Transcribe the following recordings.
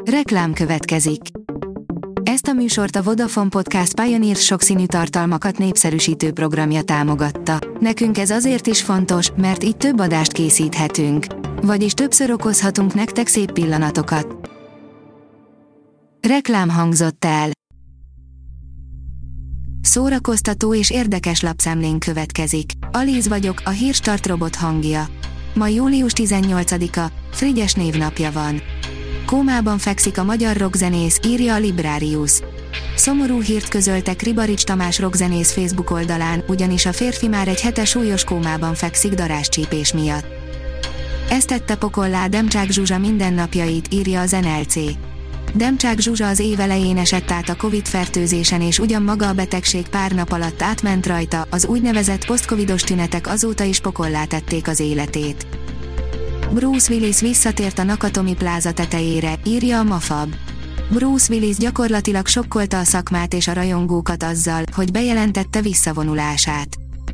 Reklám következik. Ezt a műsort a Vodafone Podcast Pioneer sokszínű tartalmakat népszerűsítő programja támogatta. Nekünk ez azért is fontos, mert így több adást készíthetünk. Vagyis többször okozhatunk nektek szép pillanatokat. Reklám hangzott el. Szórakoztató és érdekes lapszemlén következik. Alíz vagyok, a Hírstart robot hangja. Ma július 18-a, Frigyes névnapja van. Kómában fekszik a magyar rockzenész, írja a Librarius. Szomorú hírt közöltek Ribarics Tamás rockzenész Facebook oldalán, ugyanis a férfi már egy hete súlyos kómában fekszik darázscsípés miatt. Ezt tette pokollá Demcsák Zsuzsa mindennapjait, írja az NLC. Demcsák Zsuzsa az év elején esett át a Covid-fertőzésen, és ugyan maga a betegség pár nap alatt átment rajta, az úgynevezett posztcovidos tünetek azóta is pokollá tették az életét. Bruce Willis visszatért a Nakatomi Plaza tetejére, írja a Mafab. Bruce Willis gyakorlatilag sokkolta a szakmát és a rajongókat azzal, hogy bejelentette visszavonulását.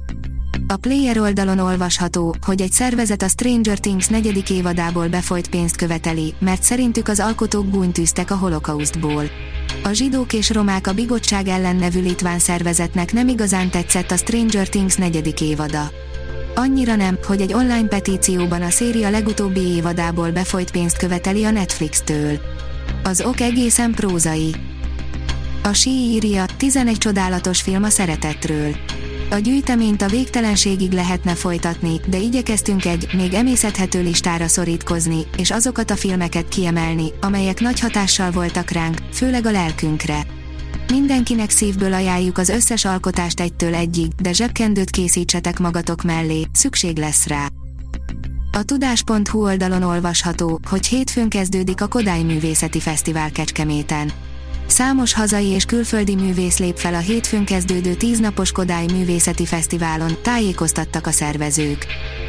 A Player oldalon olvasható, hogy egy szervezet a Stranger Things 4. évadából befolyt pénzt követeli, mert szerintük az alkotók gúnytűztek a holokausztból. A Zsidók és Romák a Bigottság ellen nevű litván szervezetnek nem igazán tetszett a Stranger Things 4. évada. Annyira nem, hogy egy online petícióban a széria legutóbbi évadából befolyt pénzt követeli a Netflix-től. Az ok egészen prózai. A Sí írja, 11 csodálatos film a szeretetről. A gyűjteményt a végtelenségig lehetne folytatni, de igyekeztünk egy, még emészhető listára szorítkozni, és azokat a filmeket kiemelni, amelyek nagy hatással voltak ránk, főleg a lelkünkre. Mindenkinek szívből ajánljuk az összes alkotást 1-től 1-ig, de zsebkendőt készítsetek magatok mellé, szükség lesz rá. A tudás.hu oldalon olvasható, hogy hétfőn kezdődik a Kodály Művészeti Fesztivál Kecskeméten. Számos hazai és külföldi művész lép fel a hétfőn kezdődő 10 napos Kodály Művészeti Fesztiválon, tájékoztattak a szervezők.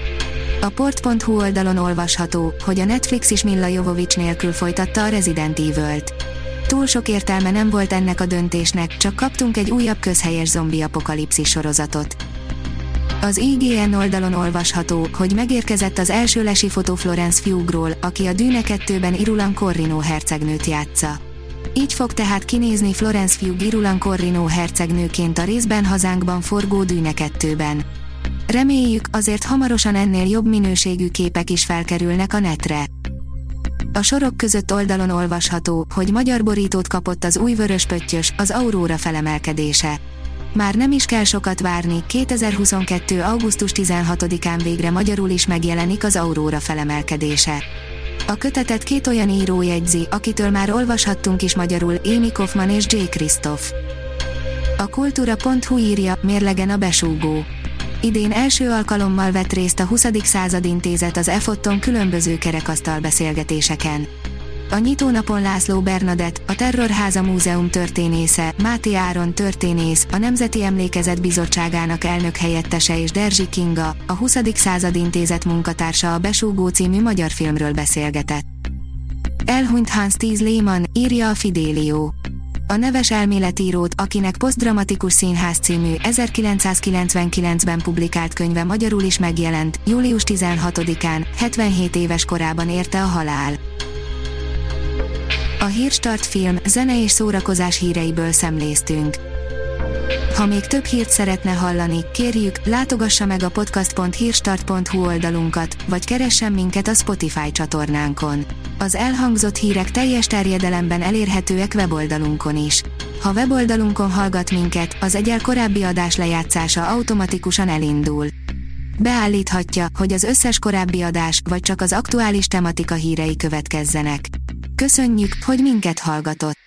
A port.hu oldalon olvasható, hogy a Netflix is Milla Jovovich nélkül folytatta a Resident Evil-t. Túl sok értelme nem volt ennek a döntésnek, csak kaptunk egy újabb közhelyes zombi apokalipszis sorozatot. Az IGN oldalon olvasható, hogy megérkezett az első lesi fotó Florence Pugh-ról, aki a Dűne 2-ben Irulan Corrino hercegnőt játsza. Így fog tehát kinézni Florence Pugh Irulan Corrino hercegnőként a részben hazánkban forgó Dűne 2-ben. Reméljük, azért hamarosan ennél jobb minőségű képek is felkerülnek a netre. A sorok között oldalon olvasható, hogy magyar borítót kapott az új vöröspöttyös, az Aurora felemelkedése. Már nem is kell sokat várni, 2022. augusztus 16-án végre magyarul is megjelenik az Aurora felemelkedése. A kötetet 2 olyan író jegyzi, akitől már olvashattunk is magyarul, Amy Kaufman és Jay Krisztof. A kultúra.hu írja, mérlegen a besúgó. Idén első alkalommal vett részt a 20. század intézet az EFOT-on különböző kerekasztal beszélgetéseken. A nyitónapon László Bernadett, a Terrorháza Múzeum történésze, Máté Áron történész, a Nemzeti Emlékezet Bizottságának elnök helyettese és Derzsi Kinga, a 20. század intézet munkatársa a Besúgó című magyar filmről beszélgetett. Elhunyt Hans Thies Lehmann, írja a Fidelio. A neves elméletírót, akinek Posztdramatikus Színház című 1999-ben publikált könyve magyarul is megjelent, július 16-án, 77 éves korában érte a halál. A Hírstart film, zene és szórakozás híreiből szemléztünk. Ha még több hírt szeretne hallani, kérjük, látogassa meg a podcast.hírstart.hu oldalunkat, vagy keressen minket a Spotify csatornánkon. Az elhangzott hírek teljes terjedelemben elérhetőek weboldalunkon is. Ha weboldalunkon hallgat minket, az egyel korábbi adás lejátszása automatikusan elindul. Beállíthatja, hogy az összes korábbi adás, vagy csak az aktuális tematika hírei következzenek. Köszönjük, hogy minket hallgatott!